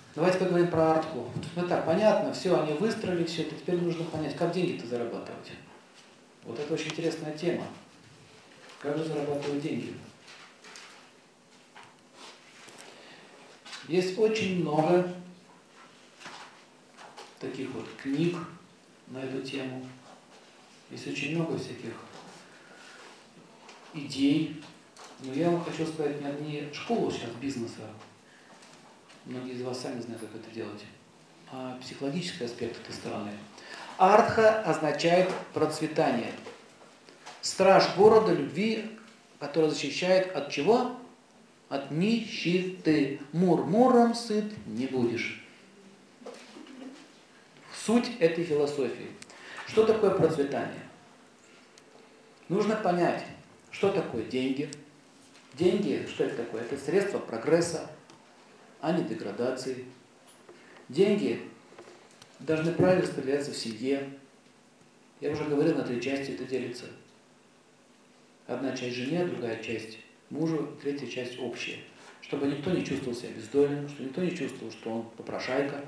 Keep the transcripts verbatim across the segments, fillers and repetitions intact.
Давайте поговорим про артку. Ну так, понятно, все, они выстроили все это, теперь нужно понять, как деньги-то зарабатывать. Вот это очень интересная тема. Как же зарабатывать деньги? Есть очень много таких вот книг на эту тему. Есть очень много всяких идей. Но я вам хочу сказать, не школу сейчас бизнеса, многие из вас сами знают, как это делать, а психологический аспект этой стороны. Артха означает процветание. Страж города любви, который защищает от чего? От нищеты. Мур-муром сыт не будешь. Суть этой философии. Что такое процветание? Нужно понять, что такое деньги. Деньги, что это такое? Это средство прогресса, а не деградации. Деньги должны правильно распределяться в семье. Я уже говорил, на три части это делится. Одна часть жене, другая часть мужу, третья часть общая. Чтобы никто не чувствовал себя бездольным, чтобы никто не чувствовал, что он попрошайка.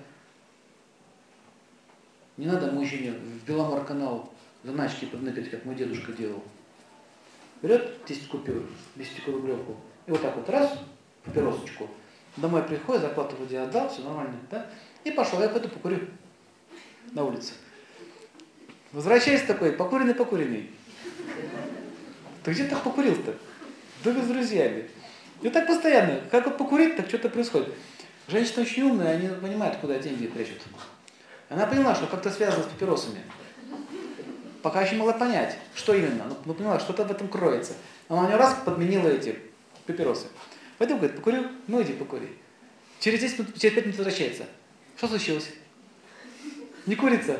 Не надо мужчине в Беломор-канал заначки подныкать, как мой дедушка делал. Берет десять купюр, десятирублевку, и вот так вот раз, папиросочку, домой приходит, зарплату вроде отдал, все нормально, да? И пошел, я пойду покурю на улице. Возвращайся такой, покуренный-покуренный. Ты где так покурил-то? Да без друзьями. И так постоянно, как вот покурить, так что-то происходит. Женщины очень умные, они понимают, куда деньги прячут. Она поняла, что как-то связано с папиросами. Пока еще могла понять, что именно, но поняла, что-то в этом кроется. Она у нее раз подменила эти папиросы. Пойду, говорит, покурю, ну иди покури. Через десять минут, через пять минут возвращается. Что случилось? Не курица.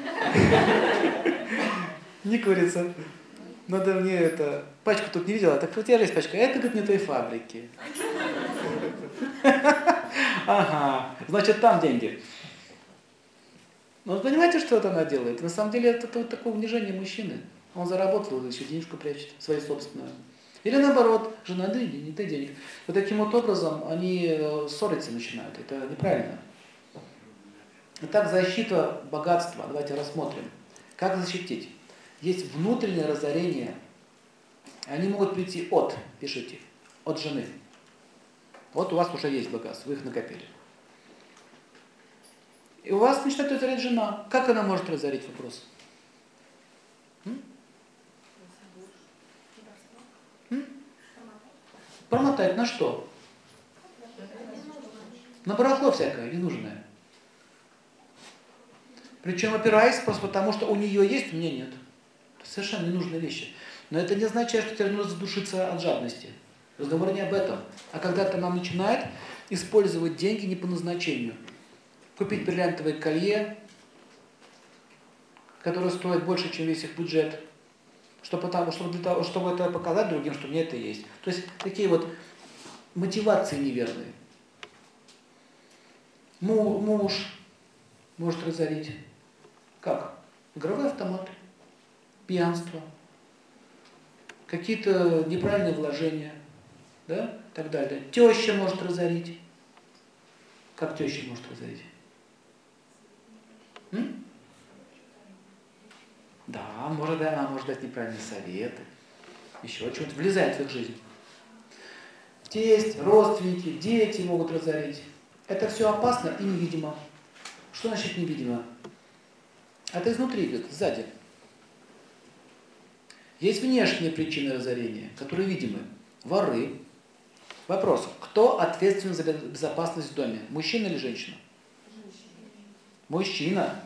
Не курица. Надо мне это, пачку тут не видела, так у тебя же есть пачка, это, говорит, не той фабрики. Ага, значит, там деньги. Но вы понимаете, что это она делает? На самом деле, это, это вот такое унижение мужчины. Он заработал, еще денежку прячет, свою собственную. Или наоборот, жена, да иди, не ты денег. Вот таким вот образом они ссориться начинают. Это неправильно. Итак, защита богатства. Давайте рассмотрим. Как защитить? Есть внутреннее разорение. Они могут прийти от, пишите, от жены. Вот у вас уже есть богатство, вы их накопили. И у вас начинает разорять жена. Как она может разорить, вопрос? М? М? Промотать на что? На барахло всякое, ненужное. Причем опираясь просто потому, что у нее есть, у меня нет. Совершенно ненужные вещи. Но это не означает, что тебе нужно задушиться от жадности. Разговор не об этом. А когда-то нам начинает использовать деньги не по назначению. Купить бриллиантовое колье, которое стоит больше, чем весь их бюджет, чтобы, потому, чтобы, для того, чтобы это показать другим, что мне это есть. То есть такие вот мотивации неверные. Муж может разорить. Как? Игровой автомат, пьянство, какие-то неправильные вложения, да, и так далее. Теща может разорить. Как теща может разорить? М? Да, может, да, она может дать неправильные советы, еще что-то влезает в их жизнь. Тесть, родственники, дети могут разорить. Это все опасно и невидимо. Что значит невидимо? Это изнутри идет, сзади. Есть внешние причины разорения, которые видимы. Воры. Вопрос, кто ответственен за безопасность в доме? Мужчина или женщина? Мужчина.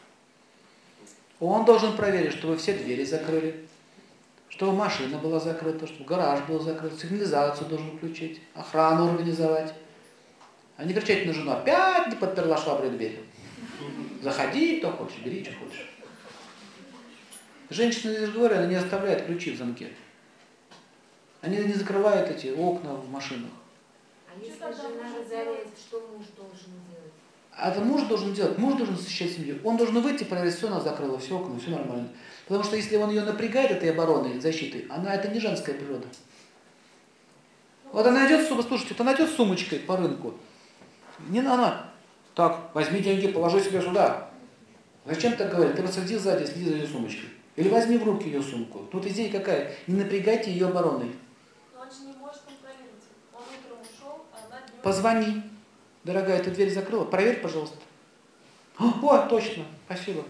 Он должен проверить, чтобы все двери закрыли, чтобы машина была закрыта, чтобы гараж был закрыт, сигнализацию должен включить, охрану организовать. А не кричать на жену, опять не подперла шваброй дверь. Заходи, кто хочешь, бери, что хочешь. Женщины, я же говорю, они не оставляют ключи в замке. Они не закрывают эти окна в машинах. А если жена разоряет, что муж должен делать? А это муж должен делать. Муж должен защищать семью. Он должен выйти, проверить, все она закрыла, все окна, все нормально. Потому что если он ее напрягает этой обороной, защитой, она это не женская природа. Вот она идет, слушайте, вот она идет с сумочкой по рынку. Не она. Так, возьми деньги, положи себе сюда. Зачем так говорить? Ты посади сзади, следи за ее сумочкой. Или возьми в руки ее сумку. Тут идея какая? Не напрягайте ее обороной. Но он же не может контролировать. Он утром ушел, а она днем... Позвони. Дорогая, ты дверь закрыла? Проверь, пожалуйста. О, точно. Спасибо.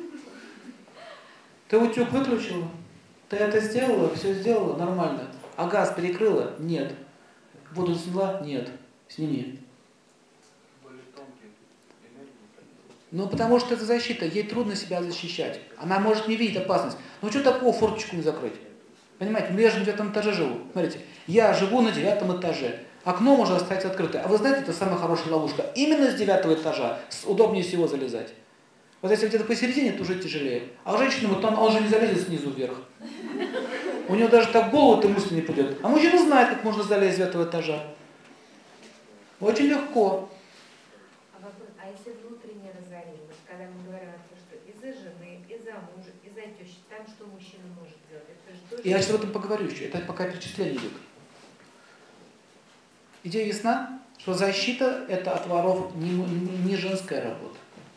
Ты утюг выключила? Ты это сделала? Все сделала? Нормально. А газ перекрыла? Нет. Воду сняла? Нет. Сними. Ну, потому что это защита, ей трудно себя защищать. Она может не видеть опасность. Ну, что такого форточку не закрыть? Понимаете, ну я же на девятом этаже живу. Смотрите, я живу на девятом этаже. Окно можно оставить открытое. А вы знаете, это самая хорошая ловушка. Именно с девятого этажа удобнее всего залезать. Вот если где-то посередине, то уже тяжелее. А у женщины, вот он, он же не залезет снизу вверх. У него даже так в голову эта мысль не придет. А мужчина знает, как можно залезть с девятого этажа. Очень легко. А, вопрос, а если внутреннее разорение, вот когда мы говорим о том, что из-за жены, из-за мужа, из-за тещи, там что мужчина может делать? Это же тоже... Я сейчас об этом поговорю еще. Это пока перечисление идет. Идея ясна, что защита – это от воров не, не, не женская работа.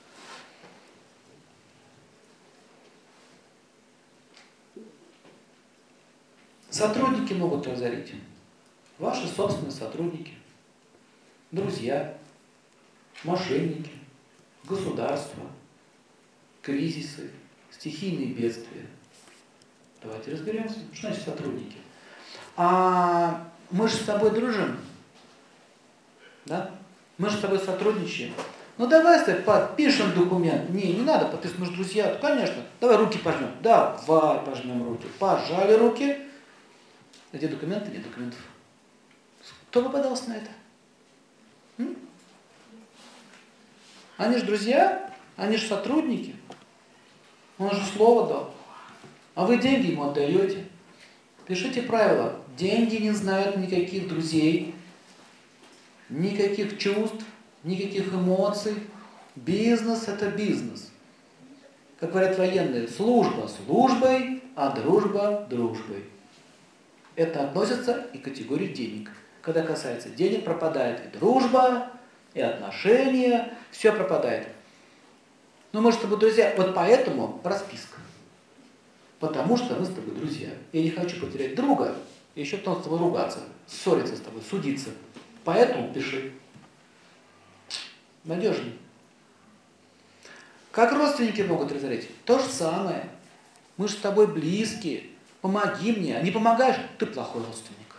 Сотрудники могут разорить. Ваши собственные сотрудники, друзья, мошенники, государство, кризисы, стихийные бедствия. Давайте разберемся, что значит сотрудники. А мы же с тобой дружим, да? Мы же с тобой сотрудничаем. Ну давай с тобой подпишем документ. Не, не надо подписывать, мы же друзья. Конечно, давай руки пожмем. Давай пожмем руки. Пожали руки. Где документы? Нет документов. Кто попадался на это? М? Они же друзья, они же сотрудники. Он же слово дал. А вы деньги ему отдаете. Пишите правила. Деньги не знают никаких друзей, никаких чувств, никаких эмоций. Бизнес – это бизнес. Как говорят военные, служба службой, а дружба дружбой. Это относится и к категории денег. Когда касается денег, пропадает и дружба, и отношения, все пропадает. Но мы с тобой друзья, вот поэтому расписка. Потому что мы с тобой друзья. Я не хочу потерять друга, и еще потом с тобой ругаться, ссориться с тобой, судиться. Поэтому пиши. Надежнее. Как родственники могут разорить? То же самое. Мы же с тобой близкие. Помоги мне. А не помогаешь, ты плохой родственник.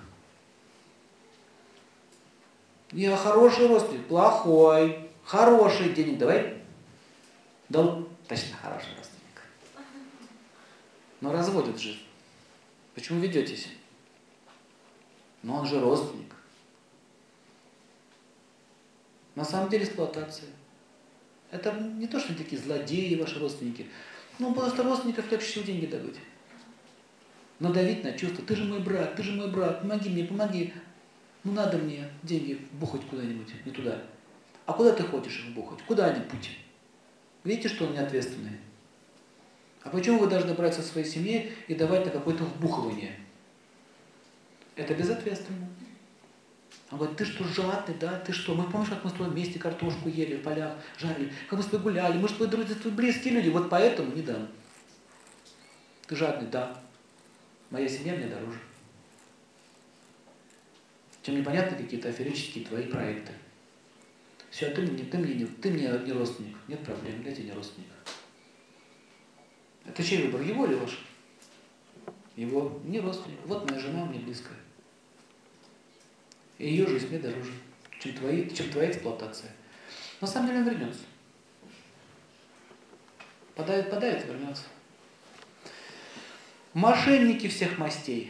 Я хороший родственник. Плохой. Хороший. Денег давай. Дал. Точно хороший родственник. Но разводят же. Почему ведетесь? Но он же родственник. На самом деле эксплуатация. Это не то, что они такие злодеи, ваши родственники. Ну, просто родственников легче всего деньги добыть. Надавить на чувства. Ты же мой брат, ты же мой брат, помоги мне, помоги. Ну, надо мне деньги бухать куда-нибудь, не туда. А куда ты хочешь их бухать? Куда-нибудь. Видите, что он неответственный? А почему вы должны брать со своей семьи и давать на какое-то вбухывание? Это безответственно. Он говорит, ты что, жадный, да? Ты что? Мы помнишь, как мы с тобой вместе картошку ели в полях, жарили, как мы с тобой гуляли, мы же твои друзья, твои близкие люди, вот поэтому не дам. Ты жадный, да. Моя семья мне дороже. Чем непонятны какие-то аферические твои проекты. Все, ты мне, ты мне, не, ты мне не родственник. Нет проблем, я тебе не родственник. Это чей выбор, его или ваш? Его, не родственник. Вот моя жена мне близкая. И ее жизнь мне дороже, чем, твои, чем твоя эксплуатация. На самом деле он вернется. Подает, подает и вернется. Мошенники всех мастей.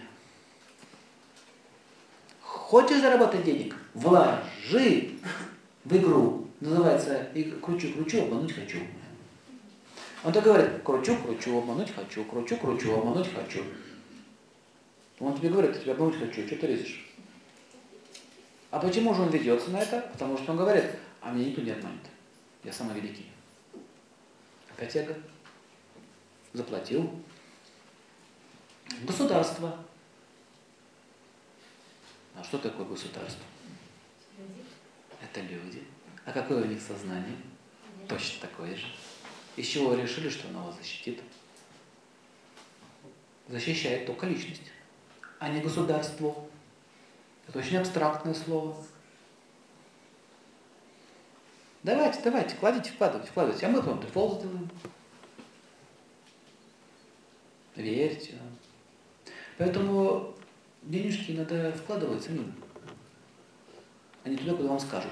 Хочешь заработать денег? Вложи в игру. Называется кручу-кручу, обмануть хочу. Он так говорит, кручу-кручу, обмануть хочу, кручу-кручу, обмануть хочу. Он тебе говорит, я тебя обмануть хочу, что ты лезешь? А почему же он ведется на это? Потому что он говорит, а меня никто не обманет. Я самый великий. Опять эго. Заплатил. Государство. А что такое государство? Люди. Это люди. А какое у них сознание? Точно такое же. Из чего вы решили, что оно вас защитит? Защищает только личность, а не государство. Это очень абстрактное слово. Давайте, давайте, кладите, вкладывайте, вкладывайте. А мы вам дефолт сделаем. Верьте. Поэтому денежки надо вкладывать самим, а не туда, куда вам скажут.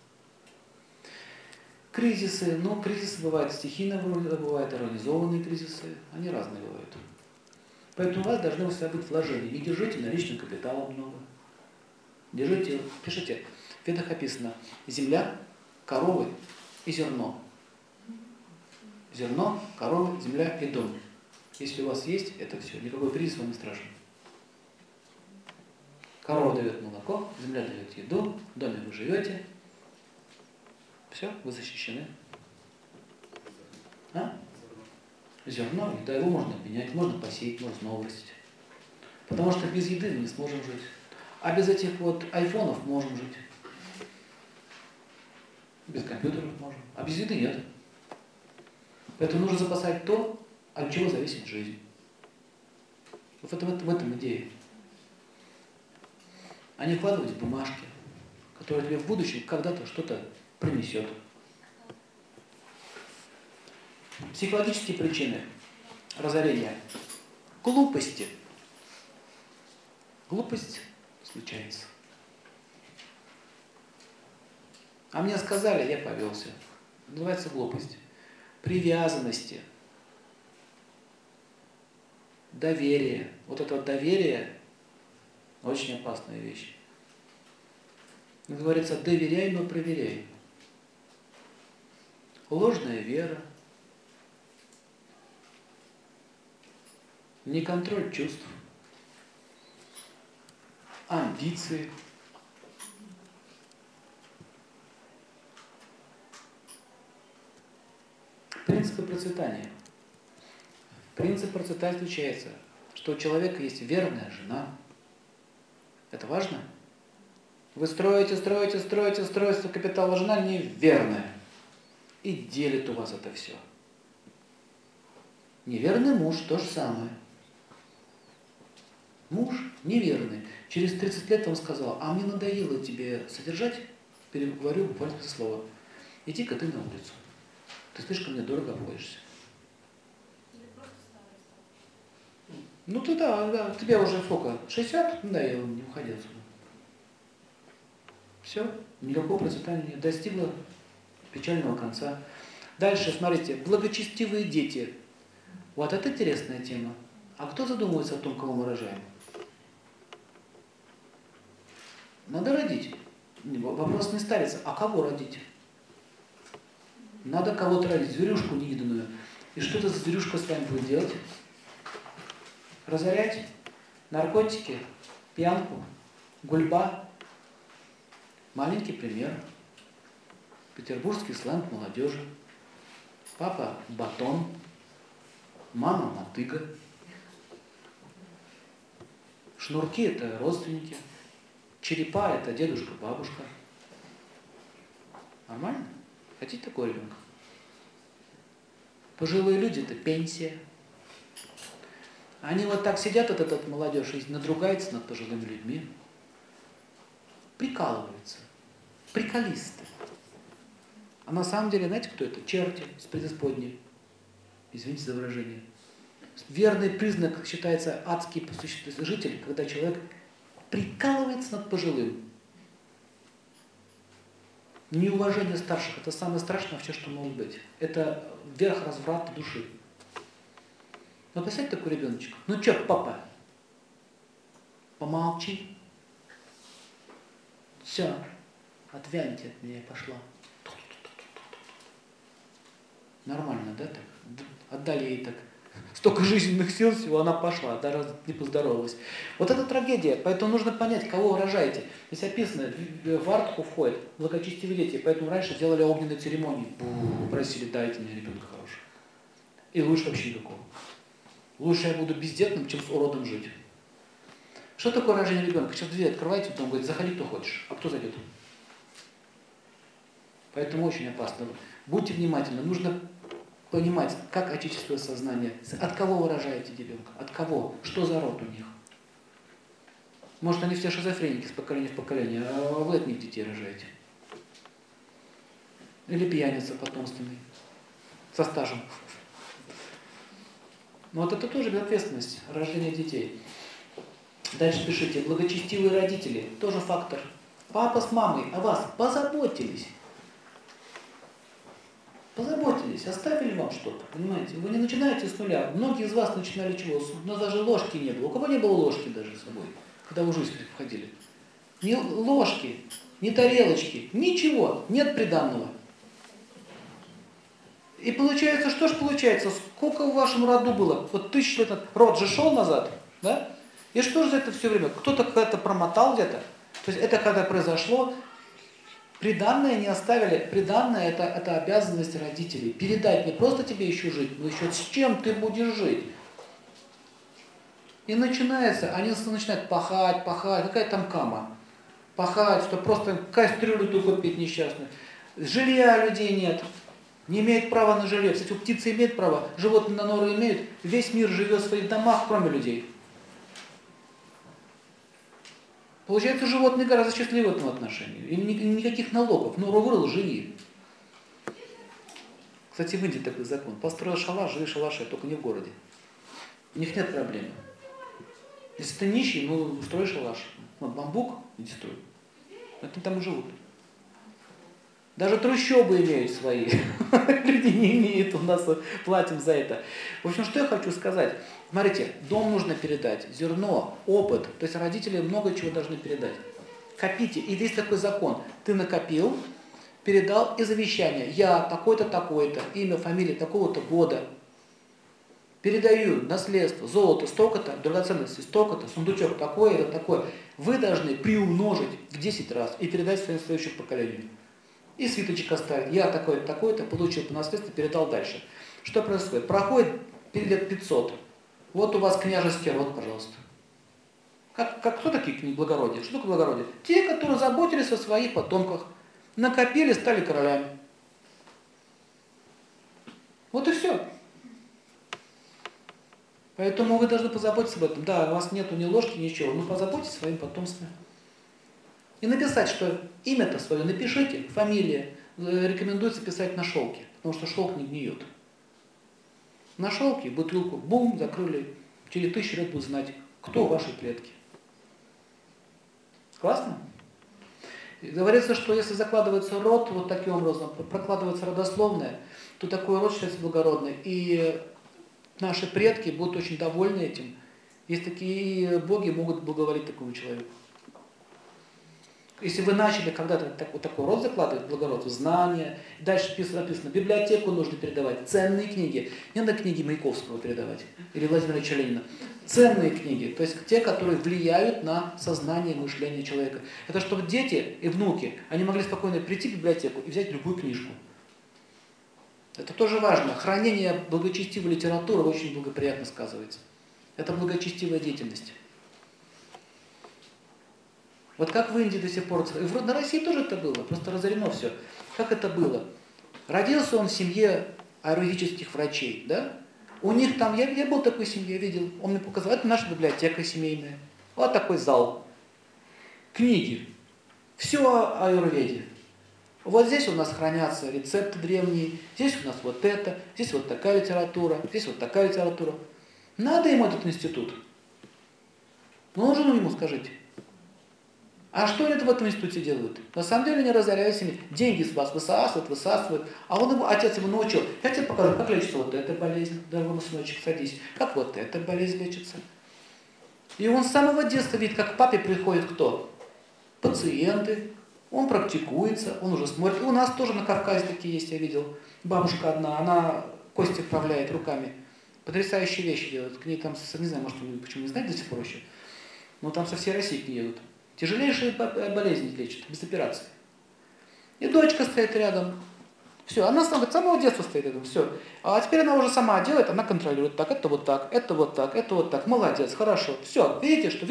Кризисы. Ну, кризисы бывают стихийно, бывают организованные кризисы. Они разные бывают. Поэтому у вас должны всегда быть вложения. Не держите наличным капиталом много. Держите, пишите. В ведах описано земля, коровы и зерно. Зерно, коровы, земля и дом. Если у вас есть это все, никакой кризис вам не страшен. Корова дает молоко, земля дает еду, в доме вы живете. Все, вы защищены. А? Зерно, да, его можно обменять, можно посеять, можно снова вырастить. Потому что без еды мы не сможем жить. А без этих вот айфонов можем жить. Без компьютеров можем. А без еды нет. Поэтому нужно запасать то, от чего зависит жизнь. Вот в, в этом идея. А не вкладывать в бумажки, которые тебе в будущем когда-то что-то принесет. Психологические причины разорения. Глупости. Глупость случается. А мне сказали, я повелся. Называется глупость. Привязанности. Доверие. Вот это вот доверие очень опасная вещь. Как говорится, доверяй, но проверяй. Ложная вера. Не контроль чувств. Амбиции. Принципы процветания. Принцип процветания заключается, что у человека есть верная жена. Это важно? Вы строите, строите, строите, строите капитал, а жена неверная. И делит у вас это все. Неверный муж то же самое. Муж неверный. Через тридцать лет он сказал, а мне надоело тебе содержать, переговорю буквально это слово. Иди-ка ты на улицу. Ты слишком мне дорого обходишься. Ну ты да, да, тебе уже сколько? шестьдесят? Надоело, не уходи отсюда. Все, никакого процветания не достигло печального конца. Дальше, смотрите, благочестивые дети. Вот это интересная тема. А кто задумывается о том, кого мы рожаем? Надо родить. Вопрос не ставится. А кого родить? Надо кого-то родить, зверюшку невиданную. И что эта зверюшка с вами будет делать? Разорять? Наркотики? Пьянку? Гульба? Маленький пример. Петербургский сленг молодежи. Папа батон, мама мотыга. Шнурки – это родственники. Черепа – это дедушка, бабушка. Нормально? Хотите такого ребенка? Пожилые люди – это пенсия. Они вот так сидят, вот этот молодежь, и надругается над пожилыми людьми. Прикалываются. Приколисты. А на самом деле, знаете, кто это? Черти с преисподней. Извините за выражение. Верный признак считается адский житель, когда человек прикалывается над пожилым. Неуважение старших – это самое страшное вообще, что может быть. Это верх разврата души. Ну, представьте такой ребеночек. Ну что, папа? Помолчи. Все, отвяньте от меня, пошла. Нормально, да, так? Отдали ей так столько жизненных сил всего, она пошла, даже не поздоровалась. Вот это трагедия, поэтому нужно понять, кого вы рожаете. Здесь описано, в артху входит благочестивые дети, поэтому раньше делали огненные церемонии. Бу, просили, дайте мне ребенка хорошего. И лучше вообще никакого. Лучше я буду бездетным, чем с уродом жить. Что такое рождение ребенка? Сейчас дверь открываете, потом говорит, заходи, кто хочешь. А кто зайдет? Поэтому очень опасно. Будьте внимательны. Нужно понимать, как очистить свое сознание. От кого выражаете ребенка? От кого? Что за род у них? Может, они все шизофреники с поколения в поколение, а вы от них детей рожаете. Или пьяница потомственный, со стажем. Но вот это тоже безответственность, рождение детей. Дальше пишите, благочестивые родители, тоже фактор. Папа с мамой о вас позаботились. Позаботились, оставили вам что-то, понимаете? Вы не начинаете с нуля. Многие из вас начинали чего? Но даже ложки не было. У кого не было ложки даже с собой, когда вы в жизнь входили? Ни ложки, ни тарелочки, ничего, нет приданного. И получается, что ж получается? Сколько в вашем роду было? Вот тысячи лет назад. Род же шел назад, да? И что же за это все время? Кто-то когда-то промотал где-то. То есть это когда произошло, приданное не оставили. Приданное это, это обязанность родителей. Передать не просто тебе еще жить, но еще с чем ты будешь жить. И начинается, они начинают пахать, пахать, какая там кама. Пахать, что просто кастрюлю ту купить несчастную. Жилья людей нет. Не имеют права на жилье. Кстати, у птицы имеют право, животные на норы имеют. Весь мир живет в своих домах, кроме людей. Получается, животные гораздо счастливы в этом отношении. Им никаких налогов. Нору вырыл, живи. Кстати, в Индии такой закон. Построил шалаш, живи в шалаше, только не в городе. У них нет проблем. Если ты нищий, ну, строй шалаш. Вот бамбук, иди строй. Это там и живут. Даже трущобы имеют свои. Люди не имеют, у нас платим за это. В общем, что я хочу сказать. Смотрите, дом нужно передать, зерно, опыт. То есть родители много чего должны передать. Копите. И есть такой закон. Ты накопил, передал и завещание. Я такой-то, такой-то, имя, фамилия такого-то года. Передаю наследство, золото столько-то, драгоценности столько-то, сундучок такой, это такое. Вы должны приумножить в десять раз и передать своим следующим поколениям. И свиточек оставить. Я такой-то, такой-то, получил по наследству, передал дальше. Что происходит? Проходит лет пятьсот. Вот у вас княжеский род, пожалуйста. Как, как, кто такие благородия? Что такое благородие? Те, которые заботились о своих потомках. Накопили, стали королями. Вот и все. Поэтому вы должны позаботиться об этом. Да, у вас нету ни ложки, ничего, но позаботьтесь о своим потомстве. И написать, что имя-то свое напишите, фамилия, рекомендуется писать на шелке, потому что шелк не гниет. На шелке бутылку, бум, закрыли, через тысячу лет будут знать, кто ваши предки. Классно? И говорится, что если закладывается род вот таким образом, прокладывается родословная, то такой род считается благородный. И наши предки будут очень довольны этим. Есть такие боги, могут благоволить такому человеку. Если вы начали когда-то так, вот такой род закладывать, благородство, знания, дальше написано, библиотеку нужно передавать, ценные книги. Не надо книги Маяковского передавать, или Владимира Ильича Ленина. Ценные книги, то есть те, которые влияют на сознание, мышление человека. Это чтобы дети и внуки, они могли спокойно прийти в библиотеку и взять любую книжку. Это тоже важно. Хранение благочестивой литературы очень благоприятно сказывается. Это благочестивая деятельность. Вот как в Индии до сих пор, и на России тоже это было, просто разорено все. Как это было? Родился он в семье аюрведических врачей, да? У них там, я, я был в такой семье, видел, он мне показал, это наша библиотека семейная. Вот такой зал. Книги. Все о аюрведе. Вот здесь у нас хранятся рецепты древние, здесь у нас вот это, здесь вот такая литература, здесь вот такая литература. Надо ему этот институт? Нужен ему, скажите. А что они в этом институте делают? На самом деле они разоряют семьи. Деньги с вас высасывают, высасывают. А он ему, отец ему научил. Я тебе покажу, как лечится вот эта болезнь. Дорогой сыночек, садись. Как вот эта болезнь лечится. И он с самого детства видит, как к папе приходит кто? Пациенты. Он практикуется, он уже смотрит. И у нас тоже на Кавказе такие есть, я видел. Бабушка одна, она кости вправляет руками. Потрясающие вещи делает. К ней там, не знаю, может, вы почему не знаете до сих пор еще. Но там со всей России к ней едут. Тяжелейшие болезни лечат, без операции. И дочка стоит рядом. Все, она с самого детства стоит рядом. Все. А теперь она уже сама делает, она контролирует. Так, это вот так, это вот так, это вот так. Молодец, хорошо. Все, видите, что, видите, что, видите, что специалист будущий. Нужно ей этот институт.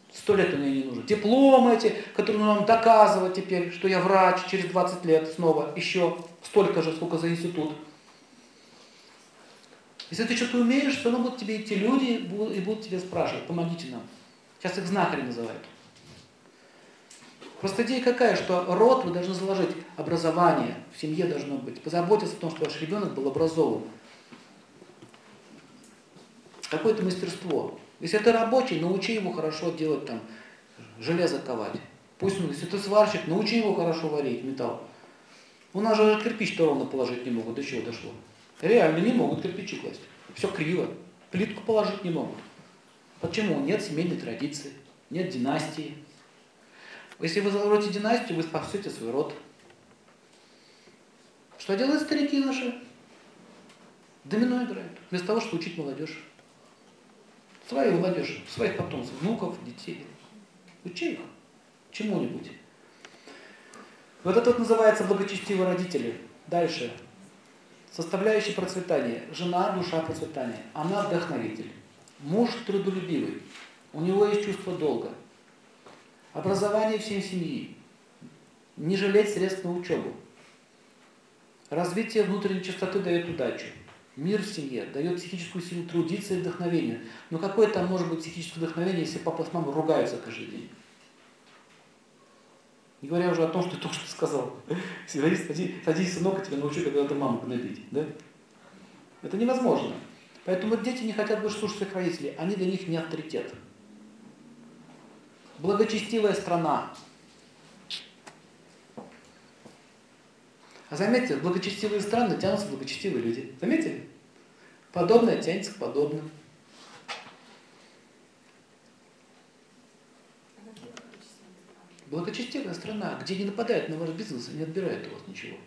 Сто лет он ей не нужен. Дипломы эти, которые нужно вам доказывать теперь, что я врач через двадцать лет снова, еще столько же, сколько за институт. Если ты что-то умеешь, все равно будут тебе идти люди и будут тебе спрашивать, помогите нам. Сейчас их знахари называют. Просто идея какая, что род вы должны заложить, образование в семье должно быть, позаботиться о том, что ваш ребенок был образован. Какое-то мастерство. Если ты рабочий, научи его хорошо делать там, железо ковать. Пусть, если ты сварщик, научи его хорошо варить металл. У нас же кирпич-то ровно положить не могут, до чего дошло. Реально не могут кирпичи класть. Все криво. Плитку положить не могут. Почему? Нет семейной традиции, нет династии. Если вы заложите династию, вы спасете свой род. Что делают старики наши? Домино играют, вместо того, чтобы учить молодежь. Свою молодежь, своих потомцев, внуков, детей. Учи их чему-нибудь. Вот это вот называется благочестивые родители. Дальше. Составляющая процветания. Жена – душа процветания. Она вдохновитель. Муж трудолюбивый. У него есть чувство долга. Образование всей семьи. Не жалеть средств на учебу. Развитие внутренней чистоты дает удачу. Мир в семье дает психическую силу трудиться и вдохновение. Но какое там может быть психическое вдохновение, если папа с мамой ругаются каждый день? Не говоря уже о том, что ты только что сказал. Садись, садись, сынок, я тебя научу, когда надо маму гнобить. Да? Это невозможно. Поэтому дети не хотят больше слушать своих родителей. Они для них не авторитет. Благочестивая страна. А заметьте, благочестивые страны тянутся благочестивые люди. Заметили? Подобное тянется к подобному. Благочестивая страна, где не нападают на ваш бизнес и не отбирают у вас ничего.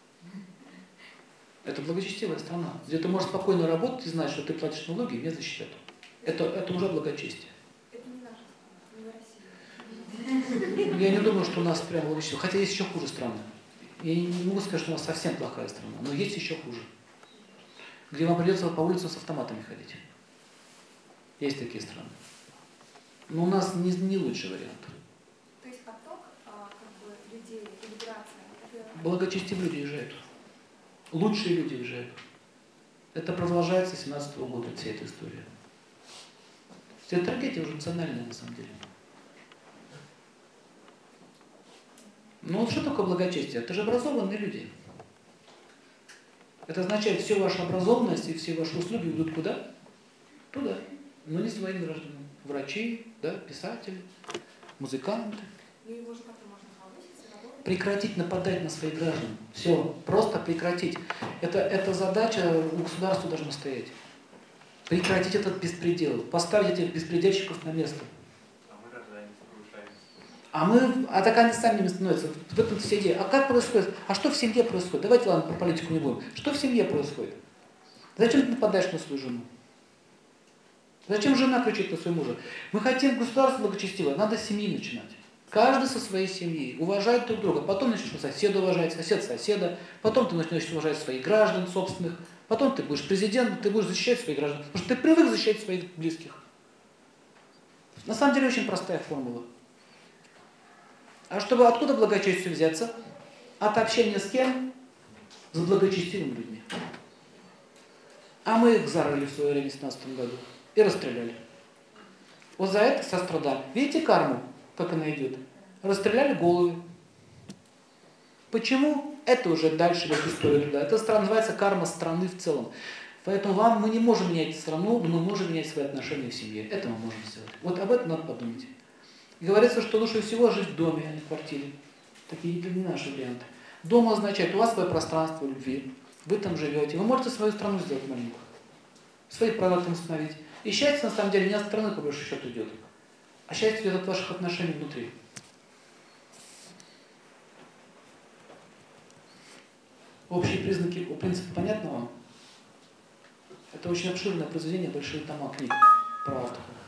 Это благочестивая страна, где ты можешь спокойно работать и знать, что ты платишь налоги и меня защитят. Это, это уже благочестие. Это не наша страна, не Россия. Я не думаю, что у нас прям благочестие. Хотя есть еще хуже страны. Я не могу сказать, что у нас совсем плохая страна, но есть еще хуже. Где вам придется по улицам с автоматами ходить. Есть такие страны. Но у нас не, не лучший вариант. То есть поток а, как бы, людей, иммиграция, это... Благочестивые люди уезжают. Лучшие люди уезжают. Это продолжается с семнадцатого года, вся эта история. Это трагедия уже национальная на самом деле. Ну вот что такое благочестие? Это же образованные люди. Это означает, все ваша образованность и все ваши услуги идут куда? Туда. Но не своим гражданам. Врачи, да, писатели, музыканты. Ну его же как-то можно повысить, работать. Прекратить нападать на своих граждан. Все, просто прекратить. Это, это задача у государства должна стоять. Прекратить этот беспредел. Поставить этих беспредельщиков на место. А мы, а так они сами не становятся. В этом вся идея. А как происходит? А что в семье происходит? Давайте, ладно, про политику не будем. Что в семье происходит? Зачем ты нападаешь на свою жену? Зачем жена кричит на своего мужа? Мы хотим государство благочестивое, надо с семьи начинать. Каждый со своей семьей. Уважать друг друга. Потом начнешь соседа уважать, сосед соседа. Потом ты начнешь уважать своих граждан собственных. Потом ты будешь президентом, ты будешь защищать своих граждан. Потому что ты привык защищать своих близких. На самом деле очень простая формула. А чтобы откуда благочестие взяться? От общения с кем? С благочестивыми людьми. А мы их зарыли в свое время в семнадцатом году и расстреляли. Вот за это сострадаем. Видите карму, как она идет? Расстреляли головы. Почему? Это уже дальше в историю туда. Это страна, называется карма страны в целом. Поэтому вам мы не можем менять страну, но мы можем менять свои отношения в семье. Это мы можем сделать. Вот об этом надо подумать. И говорится, что лучше всего жить в доме, а не в квартире. Такие не наши варианты. Дом означает, у вас свое пространство любви, вы там живете, вы можете свою страну сделать маленькую, свои права там установить. И счастье, на самом деле, не от страны, по большому счету, идет, а счастье идет от ваших отношений внутри. Общие признаки, принципы понятны вам? Это очень обширное произведение, большие тома книг про автора.